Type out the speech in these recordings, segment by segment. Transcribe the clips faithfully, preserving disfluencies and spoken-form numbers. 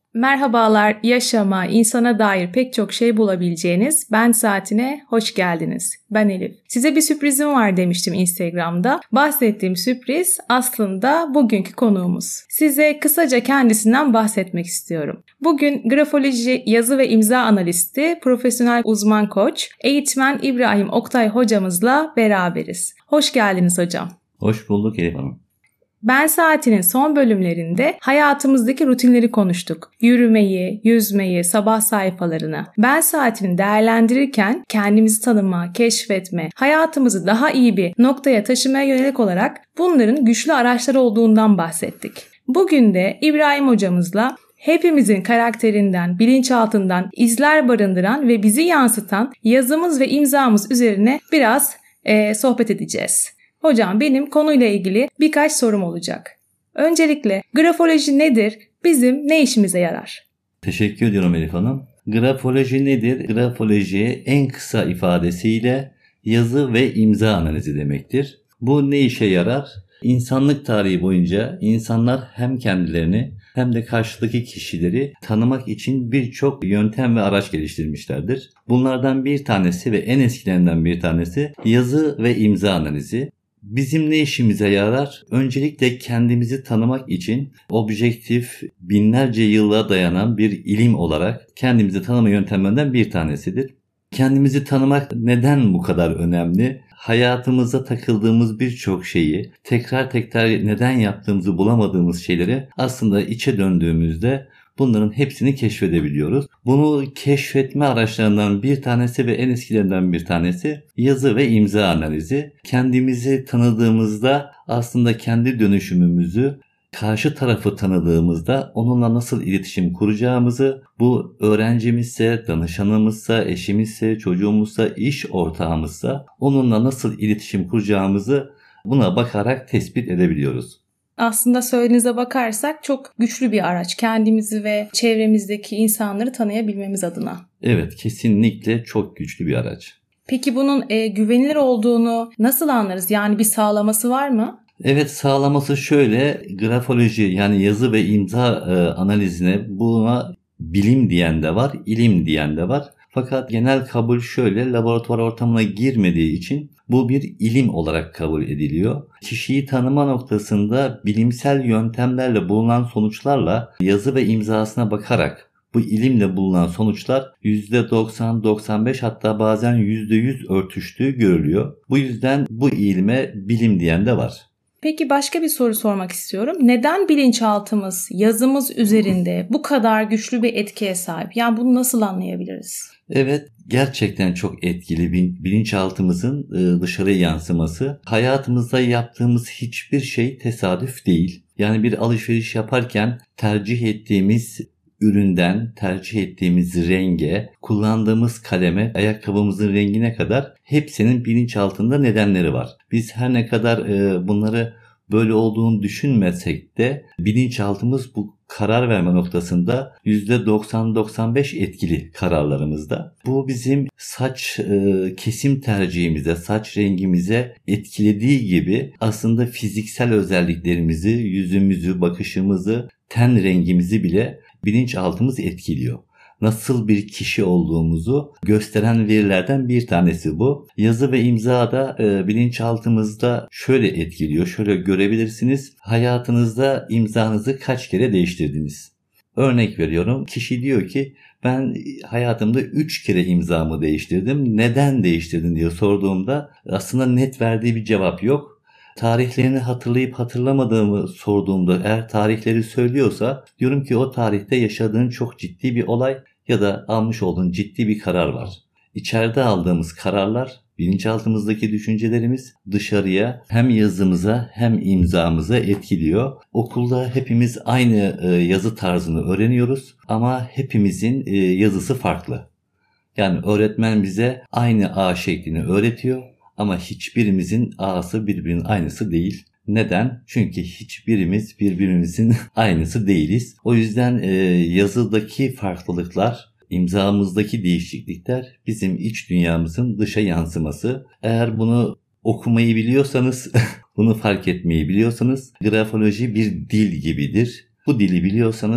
Merhabalar, yaşama, insana dair pek çok şey bulabileceğiniz Ben Saatine hoş geldiniz. Ben Elif. Size bir sürprizim var demiştim Instagram'da. Bahsettiğim sürpriz aslında bugünkü konuğumuz. Size kısaca kendisinden bahsetmek istiyorum. Bugün grafoloji, yazı ve imza analisti, profesyonel uzman koç, eğitmen İbrahim Oktay hocamızla beraberiz. Hoş geldiniz hocam. Hoş bulduk Elif Hanım. Ben Saati'nin son bölümlerinde hayatımızdaki rutinleri konuştuk. Yürümeyi, yüzmeyi, sabah sayfalarını. Ben Saati'ni değerlendirirken kendimizi tanıma, keşfetme, hayatımızı daha iyi bir noktaya taşımaya yönelik olarak bunların güçlü araçlar olduğundan bahsettik. Bugün de İbrahim hocamızla hepimizin karakterinden, bilinçaltından izler barındıran ve bizi yansıtan yazımız ve imzamız üzerine biraz e, sohbet edeceğiz. Hocam benim konuyla ilgili birkaç sorum olacak. Öncelikle grafoloji nedir? Bizim ne işimize yarar? Teşekkür ediyorum Elif Hanım. Grafoloji nedir? Grafoloji en kısa ifadesiyle yazı ve imza analizi demektir. Bu ne işe yarar? İnsanlık tarihi boyunca insanlar hem kendilerini hem de karşıdaki kişileri tanımak için birçok yöntem ve araç geliştirmişlerdir. Bunlardan bir tanesi ve en eskilerinden bir tanesi yazı ve imza analizi. Bizim ne işimize yarar? Öncelikle kendimizi tanımak için objektif, binlerce yıla dayanan bir ilim olarak kendimizi tanıma yöntemlerinden bir tanesidir. Kendimizi tanımak neden bu kadar önemli? Hayatımızda takıldığımız birçok şeyi, tekrar tekrar neden yaptığımızı bulamadığımız şeyleri aslında içe döndüğümüzde bunların hepsini keşfedebiliyoruz. Bunu keşfetme araçlarından bir tanesi ve en eskilerinden bir tanesi yazı ve imza analizi. Kendimizi tanıdığımızda aslında kendi dönüşümümüzü, karşı tarafı tanıdığımızda onunla nasıl iletişim kuracağımızı, bu öğrencimizse, danışanımızsa, eşimizse, çocuğumuzsa, iş ortağımızsa onunla nasıl iletişim kuracağımızı buna bakarak tespit edebiliyoruz. Aslında söylediğinize bakarsak çok güçlü bir araç kendimizi ve çevremizdeki insanları tanıyabilmemiz adına. Evet, kesinlikle çok güçlü bir araç. Peki bunun e, güvenilir olduğunu nasıl anlarız? Yani bir sağlaması var mı? Evet, sağlaması şöyle, grafoloji yani yazı ve imza e, analizine buna bilim diyen de var, ilim diyen de var. Fakat genel kabul şöyle, laboratuvar ortamına girmediği için bu bir ilim olarak kabul ediliyor. Kişiyi tanıma noktasında bilimsel yöntemlerle bulunan sonuçlarla yazı ve imzasına bakarak bu ilimle bulunan sonuçlar yüzde doksan doksan beş hatta bazen yüzde yüz örtüştüğü görülüyor. Bu yüzden bu ilme bilim diyen de var. Peki başka bir soru sormak istiyorum. Neden bilinçaltımız yazımız üzerinde bu kadar güçlü bir etkiye sahip? Yani bunu nasıl anlayabiliriz? Evet, gerçekten çok etkili bilinçaltımızın dışarıya yansıması. Hayatımızda yaptığımız hiçbir şey tesadüf değil. Yani bir alışveriş yaparken tercih ettiğimiz üründen, tercih ettiğimiz renge, kullandığımız kaleme, ayakkabımızın rengine kadar hepsinin bilinçaltında nedenleri var. Biz her ne kadar e, bunları böyle olduğunu düşünmesek de bilinçaltımız bu karar verme noktasında yüzde doksan doksan beş etkili kararlarımızda. Bu bizim saç e, kesim tercihimize, saç rengimize etkilediği gibi aslında fiziksel özelliklerimizi, yüzümüzü, bakışımızı, ten rengimizi bile bilinçaltımız etkiliyor. Nasıl bir kişi olduğumuzu gösteren verilerden bir tanesi bu. Yazı ve imza da e, bilinçaltımızda şöyle etkiliyor, şöyle görebilirsiniz. Hayatınızda imzanızı kaç kere değiştirdiniz? Örnek veriyorum, kişi diyor ki ben hayatımda üç kere imzamı değiştirdim. Neden değiştirdin diye sorduğumda aslında net verdiği bir cevap yok. Tarihlerini hatırlayıp hatırlamadığımı sorduğumda eğer tarihleri söylüyorsa diyorum ki o tarihte yaşadığın çok ciddi bir olay ya da almış olduğun ciddi bir karar var. İçeride aldığımız kararlar, bilinçaltımızdaki düşüncelerimiz dışarıya hem yazımıza hem imzamıza etkiliyor. Okulda hepimiz aynı yazı tarzını öğreniyoruz ama hepimizin yazısı farklı. Yani öğretmen bize aynı A şeklini öğretiyor. Ama hiçbirimizin A'sı birbirinin aynısı değil. Neden? Çünkü hiçbirimiz birbirimizin aynısı değiliz. O yüzden e, yazıdaki farklılıklar, imzamızdaki değişiklikler bizim iç dünyamızın dışa yansıması. Eğer bunu okumayı biliyorsanız, bunu fark etmeyi biliyorsanız grafoloji bir dil gibidir. Bu dili biliyorsanız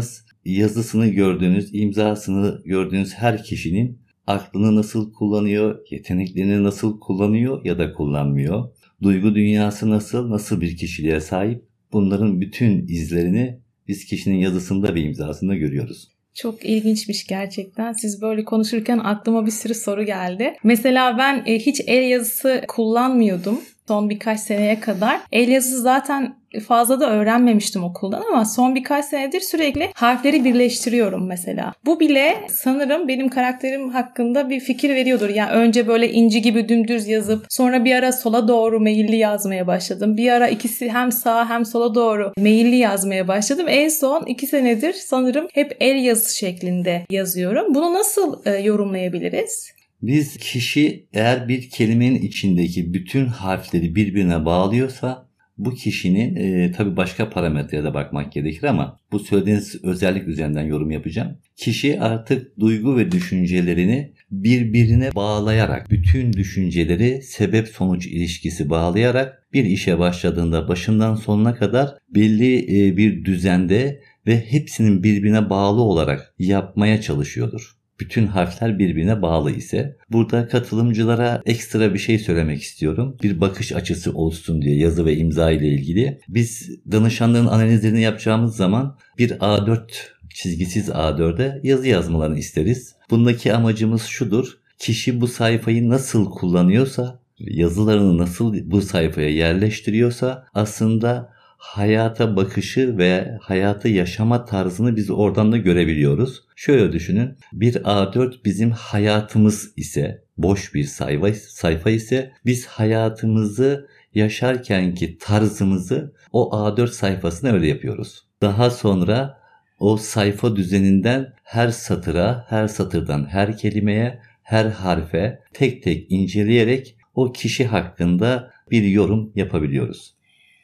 yazısını gördüğünüz, imzasını gördüğünüz her kişinin aklını nasıl kullanıyor, yeteneklerini nasıl kullanıyor ya da kullanmıyor, duygu dünyası nasıl, nasıl bir kişiliğe sahip, bunların bütün izlerini biz kişinin yazısında ve imzasında görüyoruz. Çok ilginçmiş gerçekten. Siz böyle konuşurken aklıma bir sürü soru geldi. Mesela ben hiç el yazısı kullanmıyordum son birkaç seneye kadar. El yazısı zaten fazla da öğrenmemiştim okuldan ama son birkaç senedir sürekli harfleri birleştiriyorum mesela. Bu bile sanırım benim karakterim hakkında bir fikir veriyordur. Yani önce böyle inci gibi dümdüz yazıp sonra bir ara sola doğru meyilli yazmaya başladım. Bir ara ikisi hem sağa hem sola doğru meyilli yazmaya başladım. En son iki senedir sanırım hep el yazısı şeklinde yazıyorum. Bunu nasıl e, yorumlayabiliriz? Biz kişi eğer bir kelimenin içindeki bütün harfleri birbirine bağlıyorsa bu kişinin e, tabii başka parametreye de bakmak gerekir ama bu söylediğiniz özellik üzerinden yorum yapacağım. Kişi artık duygu ve düşüncelerini birbirine bağlayarak, bütün düşünceleri sebep sonuç ilişkisi bağlayarak bir işe başladığında başından sonuna kadar belli e, bir düzende ve hepsinin birbirine bağlı olarak yapmaya çalışıyordur. Bütün harfler birbirine bağlı ise burada katılımcılara ekstra bir şey söylemek istiyorum. Bir bakış açısı olsun diye yazı ve imza ile ilgili. Biz danışanların analizlerini yapacağımız zaman bir A dört çizgisiz A dörde yazı yazmalarını isteriz. Bundaki amacımız şudur. Kişi bu sayfayı nasıl kullanıyorsa, yazılarını nasıl bu sayfaya yerleştiriyorsa aslında hayata bakışı ve hayatı yaşama tarzını biz oradan da görebiliyoruz. Şöyle düşünün, bir A dört bizim hayatımız ise, boş bir sayfa, sayfa ise biz hayatımızı yaşarkenki tarzımızı o A dört sayfasına öyle yapıyoruz. Daha sonra o sayfa düzeninden her satıra, her satırdan her kelimeye, her harfe tek tek inceleyerek o kişi hakkında bir yorum yapabiliyoruz.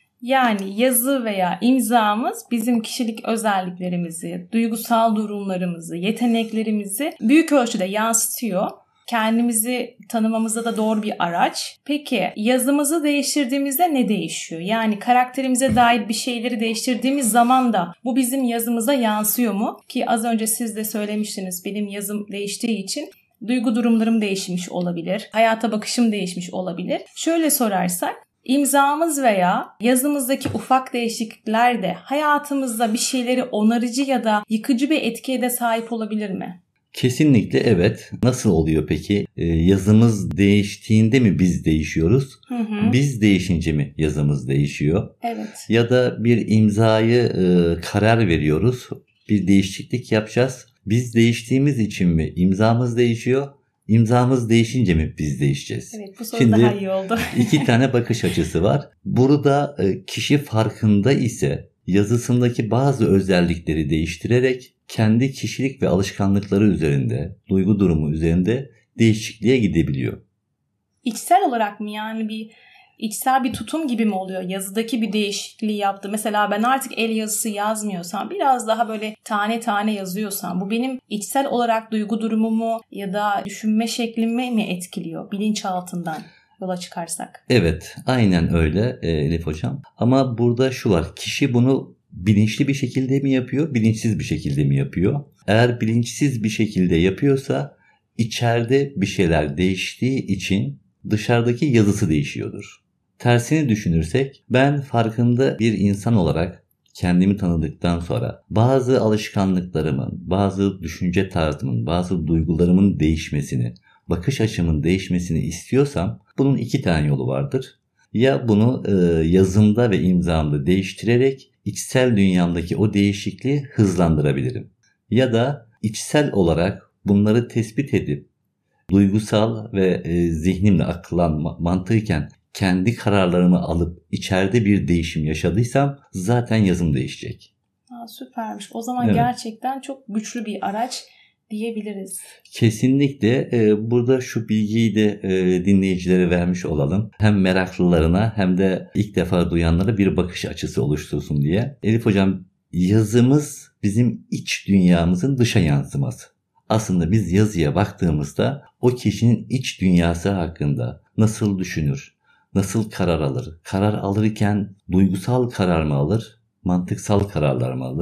Yani yazı veya imzamız bizim kişilik özelliklerimizi, duygusal durumlarımızı, yeteneklerimizi büyük ölçüde yansıtıyor. Kendimizi tanımamıza da doğru bir araç. Peki yazımızı değiştirdiğimizde ne değişiyor? Yani karakterimize dair bir şeyleri değiştirdiğimiz zaman da bu bizim yazımıza yansıyor mu? Ki az önce siz de söylemiştiniz, benim yazım değiştiği için duygu durumlarım değişmiş olabilir, hayata bakışım değişmiş olabilir. Şöyle sorarsak, İmzamız veya yazımızdaki ufak değişiklikler de hayatımızda bir şeyleri onarıcı ya da yıkıcı bir etkiye de sahip olabilir mi? Kesinlikle evet. Nasıl oluyor peki? Ee, yazımız değiştiğinde mi biz değişiyoruz? Hı hı. Biz değişince mi yazımız değişiyor? Evet. Ya da bir imzayı e, karar veriyoruz. Bir değişiklik yapacağız. Biz değiştiğimiz için mi imzamız değişiyor? İmzamız değişince mi biz değişeceğiz? Evet, bu soru Şimdi daha iyi oldu. iki tane bakış açısı var. Burada kişi farkında ise yazısındaki bazı özellikleri değiştirerek kendi kişilik ve alışkanlıkları üzerinde, duygu durumu üzerinde değişikliğe gidebiliyor. İçsel olarak mı, yani bir içsel bir tutum gibi mi oluyor? Yazıdaki bir değişikliği yaptı. Mesela ben artık el yazısı yazmıyorsam, biraz daha böyle tane tane yazıyorsam, bu benim içsel olarak duygu durumumu ya da düşünme şeklimi mi etkiliyor bilinçaltından yola çıkarsak? Evet, aynen öyle Elif Hocam. Ama burada şu var, kişi bunu bilinçli bir şekilde mi yapıyor, bilinçsiz bir şekilde mi yapıyor? Eğer bilinçsiz bir şekilde yapıyorsa içeride bir şeyler değiştiği için dışarıdaki yazısı değişiyordur. Tersini düşünürsek, ben farkında bir insan olarak kendimi tanıdıktan sonra bazı alışkanlıklarımın, bazı düşünce tarzımın, bazı duygularımın değişmesini, bakış açımın değişmesini istiyorsam bunun iki tane yolu vardır. Ya bunu e, yazımda ve imzamda değiştirerek içsel dünyamdaki o değişikliği hızlandırabilirim. Ya da içsel olarak bunları tespit edip duygusal ve e, zihnimle aklan mantıken kendi kararlarımı alıp içeride bir değişim yaşadıysam zaten yazım değişecek. Aa, süpermiş. O zaman evet. Gerçekten çok güçlü bir araç diyebiliriz. Kesinlikle e, burada şu bilgiyi de e, dinleyicilere vermiş olalım. Hem meraklılarına hem de ilk defa duyanlara bir bakış açısı oluştursun diye. Elif Hocam, yazımız bizim iç dünyamızın dışa yansıması. Aslında biz yazıya baktığımızda o kişinin iç dünyası hakkında nasıl düşünür, nasıl karar alır, karar alırken duygusal karar mı alır, mantıksal kararlar mı alır,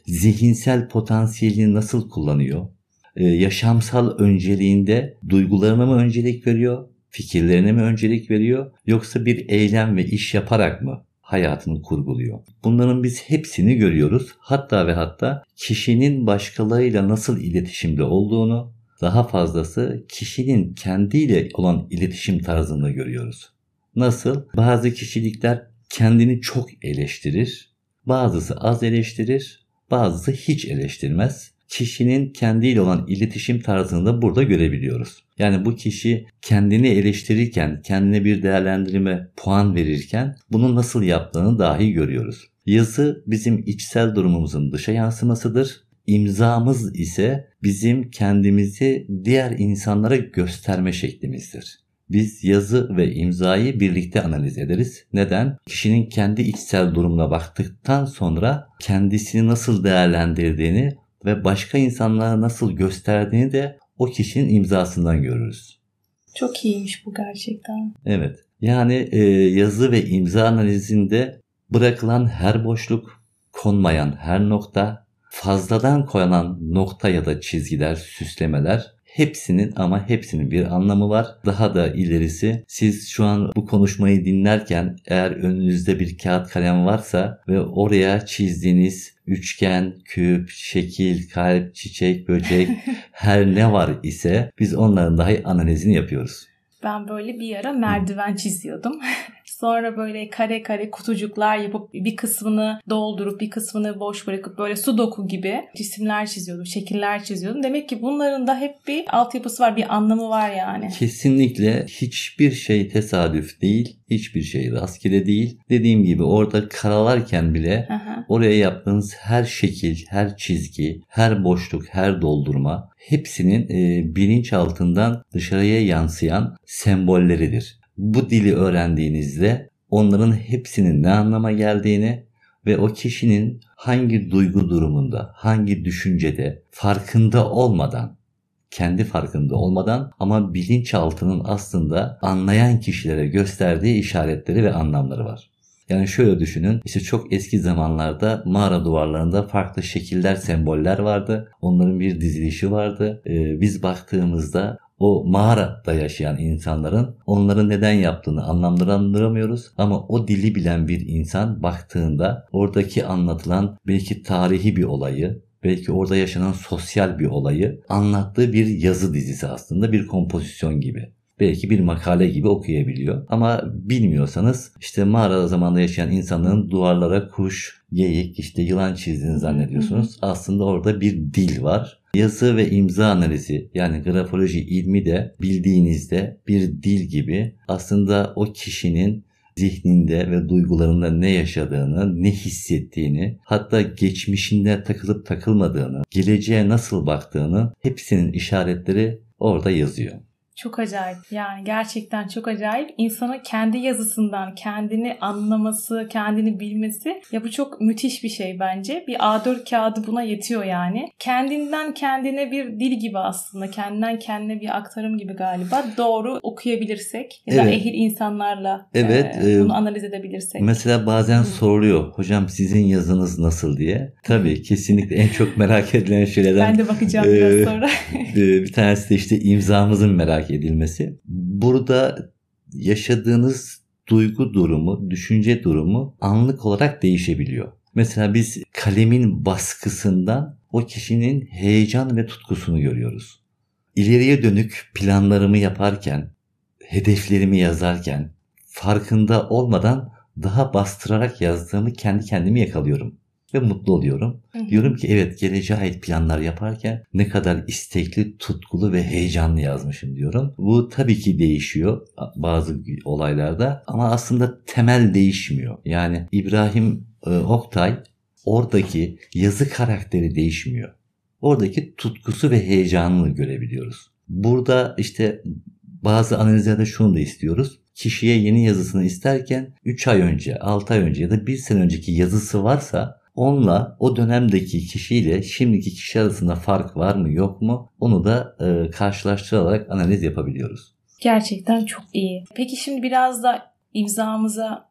zihinsel potansiyelini nasıl kullanıyor? Ee, yaşamsal önceliğinde duygularına mı öncelik veriyor? Fikirlerine mi öncelik veriyor? Yoksa bir eylem ve iş yaparak mı hayatını kurguluyor? Bunların biz hepsini görüyoruz. Hatta ve hatta kişinin başkalarıyla nasıl iletişimde olduğunu, daha fazlası kişinin kendiyle olan iletişim tarzını görüyoruz. Nasıl? Bazı kişilikler kendini çok eleştirir, bazısı az eleştirir, bazısı hiç eleştirmez. Kişinin kendiyle olan iletişim tarzını da burada görebiliyoruz. Yani bu kişi kendini eleştirirken, kendine bir değerlendirme, puan verirken bunu nasıl yaptığını dahi görüyoruz. Yazı bizim içsel durumumuzun dışa yansımasıdır. İmzamız ise bizim kendimizi diğer insanlara gösterme şeklimizdir. Biz yazı ve imzayı birlikte analiz ederiz. Neden? Kişinin kendi içsel durumuna baktıktan sonra kendisini nasıl değerlendirdiğini ve başka insanlara nasıl gösterdiğini de o kişinin imzasından görürüz. Çok iyiymiş bu gerçekten. Evet. Yani e, yazı ve imza analizinde bırakılan her boşluk, konmayan her nokta, fazladan koyulan nokta ya da çizgiler, süslemeler, hepsinin ama hepsinin bir anlamı var. Daha da ilerisi, siz şu an bu konuşmayı dinlerken eğer önünüzde bir kağıt kalem varsa ve oraya çizdiğiniz üçgen, küp, şekil, kalp, çiçek, böcek her ne var ise biz onların dahi analizini yapıyoruz. Ben böyle bir ara merdiven çiziyordum. Sonra böyle kare kare kutucuklar yapıp bir kısmını doldurup bir kısmını boş bırakıp böyle sudoku gibi cisimler çiziyordum, şekiller çiziyordum. Demek ki bunların da hep bir altyapısı var, bir anlamı var yani. Kesinlikle hiçbir şey tesadüf değil, hiçbir şey rastgele değil. Dediğim gibi orada karalarken bile Aha. oraya yaptığınız her şekil, her çizgi, her boşluk, her doldurma hepsinin e, bilinçaltından dışarıya yansıyan sembolleridir. Bu dili öğrendiğinizde onların hepsinin ne anlama geldiğini ve o kişinin hangi duygu durumunda, hangi düşüncede farkında olmadan, kendi farkında olmadan ama bilinçaltının aslında anlayan kişilere gösterdiği işaretleri ve anlamları var. Yani şöyle düşünün, işte çok eski zamanlarda mağara duvarlarında farklı şekiller, semboller vardı. Onların bir dizilişi vardı. Ee, biz baktığımızda o mağarada yaşayan insanların onları neden yaptığını anlamlandıramıyoruz. Ama o dili bilen bir insan baktığında oradaki anlatılan belki tarihi bir olayı, belki orada yaşanan sosyal bir olayı anlattığı bir yazı dizisi aslında, bir kompozisyon gibi. Belki bir makale gibi okuyabiliyor. Ama bilmiyorsanız işte mağara zamanında yaşayan insanların duvarlara kuş, geyik, işte yılan çizdiğini zannediyorsunuz. Aslında orada bir dil var. Yazı ve imza analizi, yani grafoloji ilmi de bildiğinizde bir dil gibi aslında o kişinin zihninde ve duygularında ne yaşadığını, ne hissettiğini, hatta geçmişinde takılıp takılmadığını, geleceğe nasıl baktığını hepsinin işaretleri orada yazıyor. Çok acayip. Yani gerçekten çok acayip. İnsanın kendi yazısından kendini anlaması, kendini bilmesi, ya bu çok müthiş bir şey bence. Bir A dört kağıdı buna yetiyor yani. Kendinden kendine bir dil gibi aslında. Kendinden kendine bir aktarım gibi galiba. Doğru okuyabilirsek ya da evet. ehil insanlarla evet, e, bunu e, analiz edebilirsek. Mesela bazen Hı. soruluyor, hocam sizin yazınız nasıl diye. Tabii kesinlikle en çok merak edilen şeylerden. Ben de bakacağım e, biraz sonra. bir tanesi de işte imzamızın merak edilmesi. Burada yaşadığınız duygu durumu, düşünce durumu anlık olarak değişebiliyor. Mesela biz kalemin baskısından o kişinin heyecan ve tutkusunu görüyoruz. İleriye dönük planlarımı yaparken, hedeflerimi yazarken farkında olmadan daha bastırarak yazdığımı kendi kendimi yakalıyorum. Ve mutlu oluyorum. Hı hı. Diyorum ki evet, geleceğe ait planlar yaparken ne kadar istekli, tutkulu ve heyecanlı yazmışım diyorum. Bu tabii ki değişiyor bazı olaylarda ama aslında temel değişmiyor. Yani İbrahim e, Oktay oradaki yazı karakteri değişmiyor. Oradaki tutkusu ve heyecanını görebiliyoruz. Burada işte bazı analizlerde şunu da istiyoruz. Kişiye yeni yazısını isterken üç ay önce, altı ay önce ya da bir sene önceki yazısı varsa onunla, o dönemdeki kişiyle şimdiki kişi arasında fark var mı yok mu, onu da e, karşılaştırarak analiz yapabiliyoruz. Gerçekten çok iyi. Peki şimdi biraz da imzamıza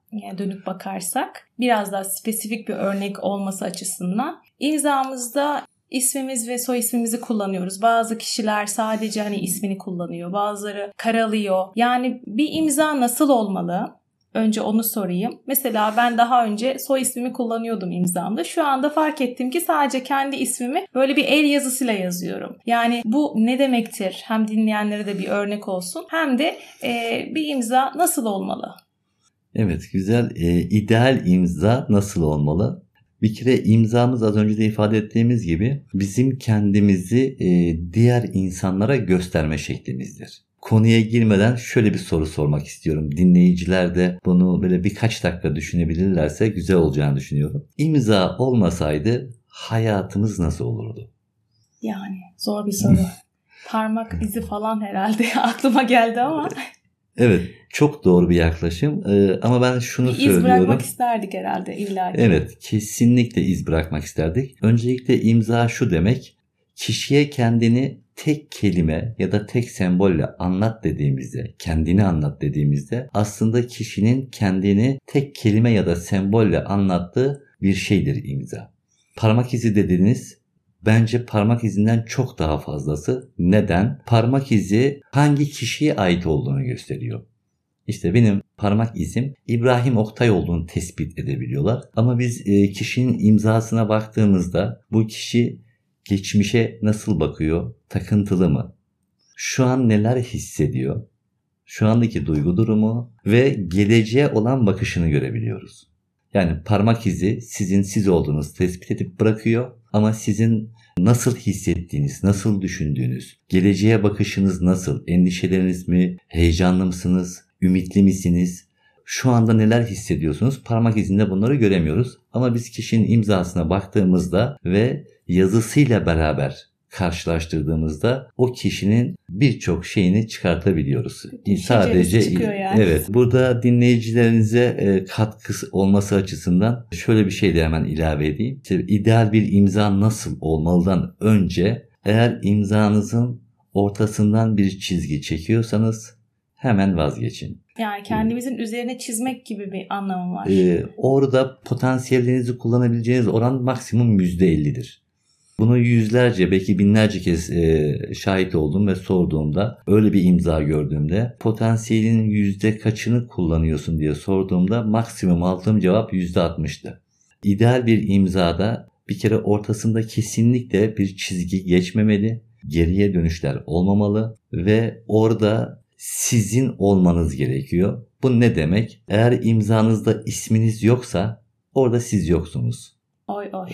dönüp bakarsak, biraz daha spesifik bir örnek olması açısından imzamızda İsmimiz ve soy ismimizi kullanıyoruz. Bazı kişiler sadece hani ismini kullanıyor. Bazıları karalıyor. Yani bir imza nasıl olmalı? Önce onu sorayım. Mesela ben daha önce soy ismimi kullanıyordum imzamda. Şu anda fark ettim ki sadece kendi ismimi böyle bir el yazısıyla yazıyorum. Yani bu ne demektir? Hem dinleyenlere de bir örnek olsun. Hem de e, bir imza nasıl olmalı? Evet, güzel. E, ideal imza nasıl olmalı? Bir kere imzamız az önce de ifade ettiğimiz gibi bizim kendimizi e, diğer insanlara gösterme şeklimizdir. Konuya girmeden şöyle bir soru sormak istiyorum. Dinleyiciler de bunu böyle birkaç dakika düşünebilirlerse güzel olacağını düşünüyorum. İmza olmasaydı hayatımız nasıl olurdu? Yani zor bir soru. Parmak izi falan herhalde aklıma geldi ama. Evet, çok doğru bir yaklaşım ee, ama ben şunu bir iz söylüyorum. İz bırakmak isterdik herhalde illa ki. Evet, kesinlikle iz bırakmak isterdik. Öncelikle imza şu demek, kişiye kendini tek kelime ya da tek sembolle anlat dediğimizde, kendini anlat dediğimizde aslında kişinin kendini tek kelime ya da sembolle anlattığı bir şeydir imza. Parmak izi dediğiniz bence parmak izinden çok daha fazlası. Neden? Parmak izi hangi kişiye ait olduğunu gösteriyor. İşte benim parmak izim İbrahim Oktay olduğunu tespit edebiliyorlar. Ama biz kişinin imzasına baktığımızda bu kişi geçmişe nasıl bakıyor? Takıntılı mı? Şu an neler hissediyor? Şu andaki duygu durumu ve geleceğe olan bakışını görebiliyoruz. Yani parmak izi sizin siz olduğunuzu tespit edip bırakıyor ama sizin nasıl hissettiğiniz, nasıl düşündüğünüz, geleceğe bakışınız nasıl, endişeleriniz mi, heyecanlı mısınız, ümitli misiniz, şu anda neler hissediyorsunuz? Parmak izinde bunları göremiyoruz ama biz kişinin imzasına baktığımızda ve yazısıyla beraber karşılaştırdığımızda o kişinin birçok şeyini çıkartabiliyoruz. Sadece yani. Evet, burada dinleyicilerinize katkısı olması açısından şöyle bir şey de hemen ilave edeyim. İşte ideal bir imza nasıl olmalıdan önce eğer imzanızın ortasından bir çizgi çekiyorsanız hemen vazgeçin. Yani kendimizin üzerine çizmek gibi bir anlamı var. Ee, orada potansiyellerinizi kullanabileceğiniz oran maksimum yüzde ellidir. Bunu yüzlerce belki binlerce kez e, şahit oldum ve sorduğumda öyle bir imza gördüğümde potansiyelinin yüzde kaçını kullanıyorsun diye sorduğumda maksimum aldığım cevap yüzde altmıştı. İdeal bir imzada bir kere ortasında kesinlikle bir çizgi geçmemeli, geriye dönüşler olmamalı ve orada sizin olmanız gerekiyor. Bu ne demek? Eğer imzanızda isminiz yoksa orada siz yoksunuz. Oy oy.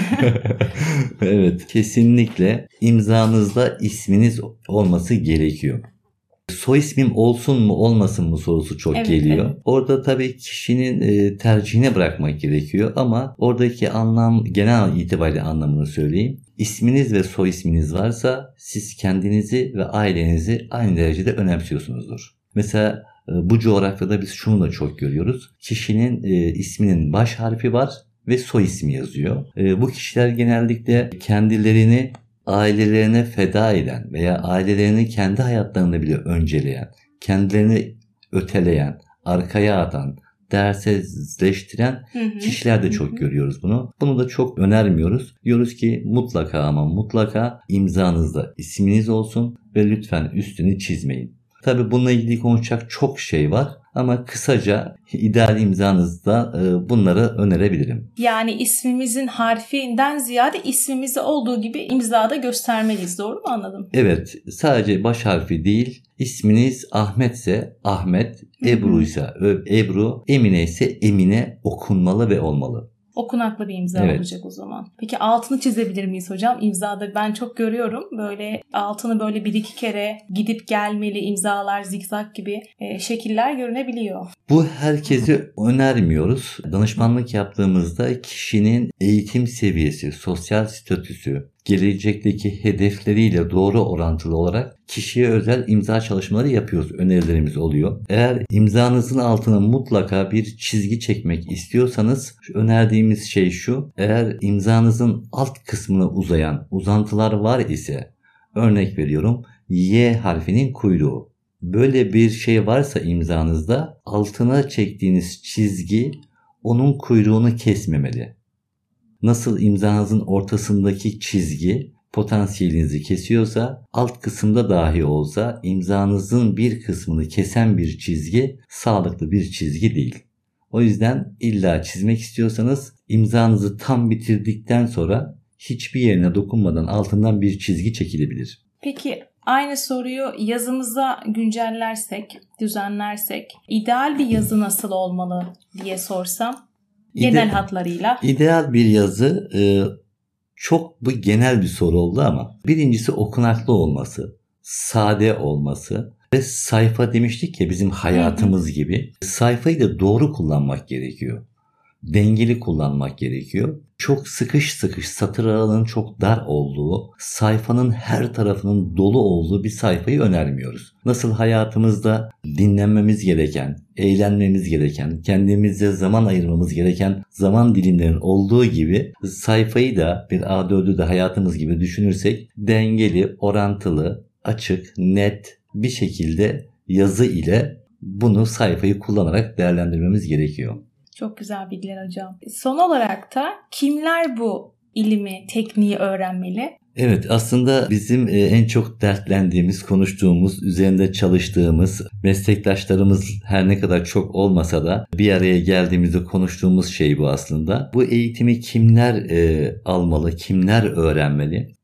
Evet, kesinlikle imzanızda isminiz olması gerekiyor. Soy ismim olsun mu olmasın mı sorusu çok evet, geliyor. Evet. Orada tabii kişinin e, tercihine bırakmak gerekiyor ama oradaki anlam genel itibariyle anlamını söyleyeyim. İsminiz ve soy isminiz varsa siz kendinizi ve ailenizi aynı derecede önemsiyorsunuzdur. Mesela e, bu coğrafyada biz şunu da çok görüyoruz. Kişinin e, isminin baş harfi var ve soy ismi yazıyor. E, bu kişiler genellikle kendilerini ailelerine feda eden veya ailelerini kendi hayatlarını bile önceleyen, kendilerini öteleyen, arkaya atan, değersizleştiren hı hı. kişiler de çok hı hı. görüyoruz bunu. Bunu da çok önermiyoruz. Diyoruz ki mutlaka ama mutlaka imzanızda isminiz olsun ve lütfen üstünü çizmeyin. Tabii bununla ilgili konuşacak çok şey var. Ama kısaca ideal imzanızda bunları önerebilirim. Yani ismimizin harfinden ziyade ismimizi olduğu gibi imzada göstermeliyiz. Doğru mu anladım? Evet. Sadece baş harfi değil. İsminiz Ahmetse Ahmet, Ebru ise Ebru, Emine ise Emine okunmalı ve olmalı. Okunaklı bir imza evet. olacak o zaman. Peki altını çizebilir miyiz hocam? İmzada ben çok görüyorum. Böyle altını böyle bir iki kere gidip gelmeli imzalar, zikzak gibi e, şekiller görünebiliyor. Bu herkesi önermiyoruz. Danışmanlık yaptığımızda kişinin eğitim seviyesi, sosyal statüsü, gelecekteki hedefleriyle doğru orantılı olarak kişiye özel imza çalışmaları yapıyoruz. Önerilerimiz oluyor. Eğer imzanızın altına mutlaka bir çizgi çekmek istiyorsanız önerdiğimiz şey şu. Eğer imzanızın alt kısmına uzayan uzantılar var ise örnek veriyorum Y harfinin kuyruğu. Böyle bir şey varsa imzanızda altına çektiğiniz çizgi onun kuyruğunu kesmemeli. Nasıl imzanızın ortasındaki çizgi potansiyelinizi kesiyorsa, alt kısımda dahi olsa imzanızın bir kısmını kesen bir çizgi sağlıklı bir çizgi değil. O yüzden illa çizmek istiyorsanız imzanızı tam bitirdikten sonra hiçbir yerine dokunmadan altından bir çizgi çekilebilir. Peki aynı soruyu yazımıza güncellersek, düzenlersek ideal bir yazı nasıl olmalı diye sorsam genel İde- hatlarıyla. İdeal bir yazı e, çok bu genel bir soru oldu ama birincisi okunaklı olması, sade olması ve sayfa demiştik ya bizim hayatımız hı hı. gibi. Sayfayı da doğru kullanmak gerekiyor. Dengeli kullanmak gerekiyor. Çok sıkış sıkış satır aralığının çok dar olduğu, sayfanın her tarafının dolu olduğu bir sayfayı önermiyoruz. Nasıl hayatımızda dinlenmemiz gereken, eğlenmemiz gereken, kendimize zaman ayırmamız gereken zaman dilimlerinin olduğu gibi sayfayı da bir A dördü de hayatımız gibi düşünürsek dengeli, orantılı, açık, net bir şekilde yazı ile bunu sayfayı kullanarak değerlendirmemiz gerekiyor. Çok güzel bilgiler hocam. Son olarak da kimler bu ilmi, tekniği öğrenmeli? Evet, aslında bizim en çok dertlendiğimiz, konuştuğumuz, üzerinde çalıştığımız meslektaşlarımız her ne kadar çok olmasa da bir araya geldiğimizde konuştuğumuz şey bu aslında. Bu eğitimi kimler e, almalı, kimler öğrenmeli?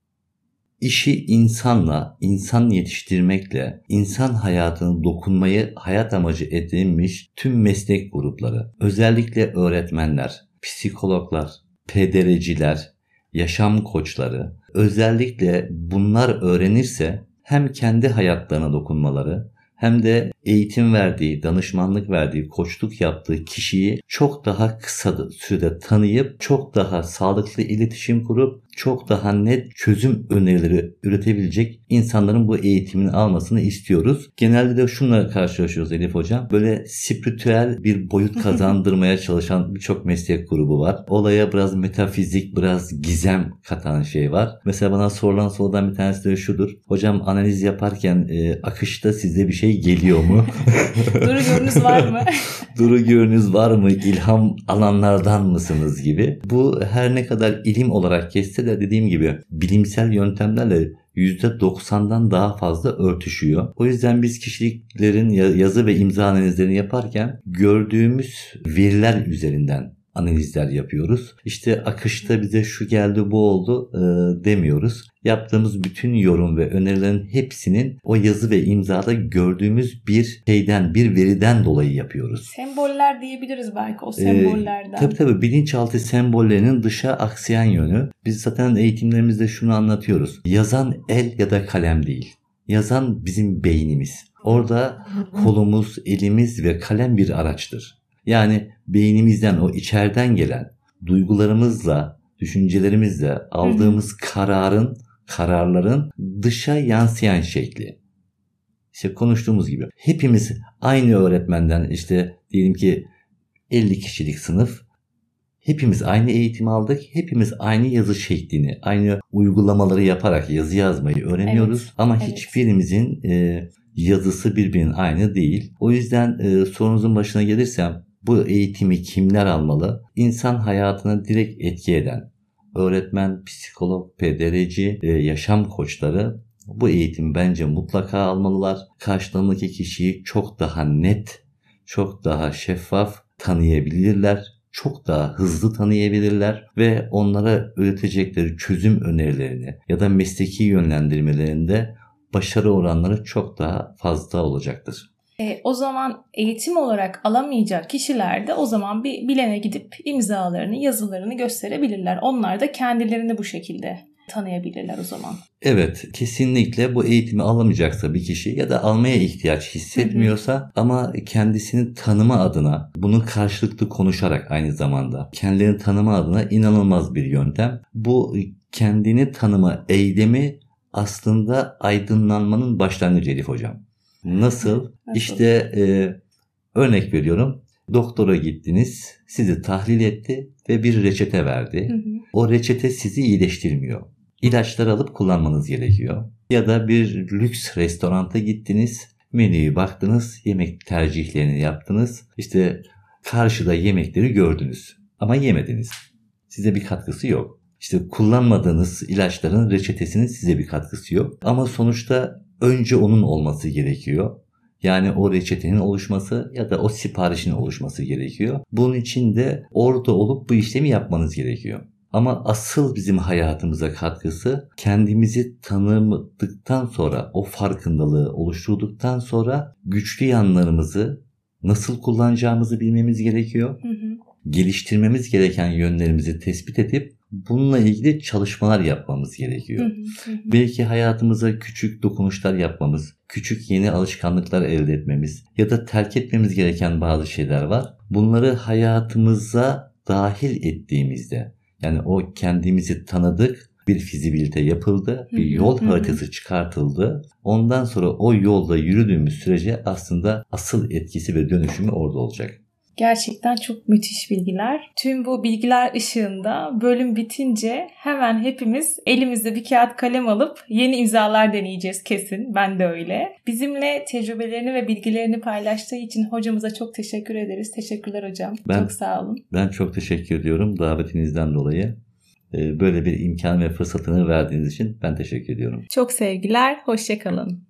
İşi insanla, insan yetiştirmekle, insan hayatına dokunmayı hayat amacı edinmiş tüm meslek grupları, özellikle öğretmenler, psikologlar, pedereciler, yaşam koçları, özellikle bunlar öğrenirse hem kendi hayatlarına dokunmaları hem de eğitim verdiği, danışmanlık verdiği, koçluk yaptığı kişiyi çok daha kısa sürede tanıyıp çok daha sağlıklı iletişim kurup çok daha net çözüm önerileri üretebilecek insanların bu eğitimini almasını istiyoruz. Genelde de şunla karşılaşıyoruz Elif Hocam. Böyle spiritüel bir boyut kazandırmaya çalışan birçok meslek grubu var. Olaya biraz metafizik, biraz gizem katan şey var. Mesela bana sorulan sorudan bir tanesi de şudur. Hocam analiz yaparken e, akışta size bir şey geliyor mu? Duru görünüz var mı? Duru görünüz var mı? İlham alanlardan mısınız gibi. Bu her ne kadar ilim olarak geçse de dediğim gibi bilimsel yöntemlerle yüzde doksandan daha fazla örtüşüyor. O yüzden biz kişiliklerin yazı ve imza analizlerini yaparken gördüğümüz veriler üzerinden analizler yapıyoruz. İşte akışta bize şu geldi bu oldu e, demiyoruz. Yaptığımız bütün yorum ve önerilerin hepsinin o yazı ve imzada gördüğümüz bir şeyden, bir veriden dolayı yapıyoruz. Semboller diyebiliriz belki o sembollerden. Ee, tabii tabii bilinçaltı sembollerinin dışa aksayan yönü. Biz zaten eğitimlerimizde şunu anlatıyoruz. Yazan el ya da kalem değil. Yazan bizim beynimiz. Orada kolumuz, elimiz ve kalem bir araçtır. Yani beynimizden o içeriden gelen duygularımızla, düşüncelerimizle aldığımız hı hı. kararın, kararların dışa yansıyan şekli. İşte konuştuğumuz gibi hepimiz aynı öğretmenden işte diyelim ki elli kişilik sınıf. Hepimiz aynı eğitim aldık. Hepimiz aynı yazı şeklini, aynı uygulamaları yaparak yazı yazmayı öğreniyoruz. Evet, Ama evet. hiçbirimizin e, yazısı birbirinin aynı değil. O yüzden e, sorunuzun başına gelirsem bu eğitimi kimler almalı? İnsan hayatına direkt etki eden öğretmen, psikolog, pedereci, e, yaşam koçları bu eğitimi bence mutlaka almalılar. Karşılarındaki kişiyi çok daha net, çok daha şeffaf tanıyabilirler. Çok daha hızlı tanıyabilirler ve onlara üretecekleri çözüm önerilerini ya da mesleki yönlendirmelerinde başarı oranları çok daha fazla olacaktır. E, o zaman eğitim olarak alamayacak kişiler de o zaman bir bilene gidip imzalarını, yazılarını gösterebilirler. Onlar da kendilerini bu şekilde tanıyabilirler o zaman. Evet, kesinlikle bu eğitimi alamayacaksa bir kişi ya da almaya ihtiyaç hissetmiyorsa hı hı. ama kendisini tanıma adına bunu karşılıklı konuşarak aynı zamanda kendilerini tanıma adına inanılmaz bir yöntem. Bu kendini tanıma eylemi aslında aydınlanmanın başlangıcı Elif Hocam. Nasıl? Nasıl? İşte e, örnek veriyorum. Doktora gittiniz, sizi tahlil etti ve bir reçete verdi. Hı hı. O reçete sizi iyileştirmiyor. İlaçları alıp kullanmanız gerekiyor. Ya da bir lüks restoranta gittiniz Menüye baktınız, yemek tercihlerini yaptınız. İşte karşıda yemekleri gördünüz ama yemediniz. Size bir katkısı yok. İşte kullanmadığınız ilaçların reçetesinin size bir katkısı yok. Ama sonuçta önce onun olması gerekiyor. Yani o reçetenin oluşması ya da o siparişin oluşması gerekiyor. Bunun için de orada olup bu işlemi yapmanız gerekiyor. Ama asıl bizim hayatımıza katkısı kendimizi tanıdıktan sonra, o farkındalığı oluşturduktan sonra güçlü yanlarımızı nasıl kullanacağımızı bilmemiz gerekiyor. Hı hı. Geliştirmemiz gereken yönlerimizi tespit edip bununla ilgili çalışmalar yapmamız gerekiyor. Hı hı hı. Belki hayatımıza küçük dokunuşlar yapmamız, küçük yeni alışkanlıklar elde etmemiz ya da terk etmemiz gereken bazı şeyler var. Bunları hayatımıza dahil ettiğimizde, yani o kendimizi tanıdık, bir fizibilite yapıldı, bir yol hı hı. haritası çıkartıldı. Ondan sonra o yolda yürüdüğümüz sürece aslında asıl etkisi ve dönüşümü orada olacak. Gerçekten çok müthiş bilgiler. Tüm bu bilgiler ışığında bölüm bitince hemen hepimiz elimizde bir kağıt kalem alıp yeni imzalar deneyeceğiz kesin. Ben de öyle. Bizimle tecrübelerini ve bilgilerini paylaştığı için hocamıza çok teşekkür ederiz. Teşekkürler hocam. Ben, çok sağ olun. Ben çok teşekkür ediyorum davetinizden dolayı. Böyle bir imkan ve fırsatını verdiğiniz için ben teşekkür ediyorum. Çok sevgiler. Hoşça kalın.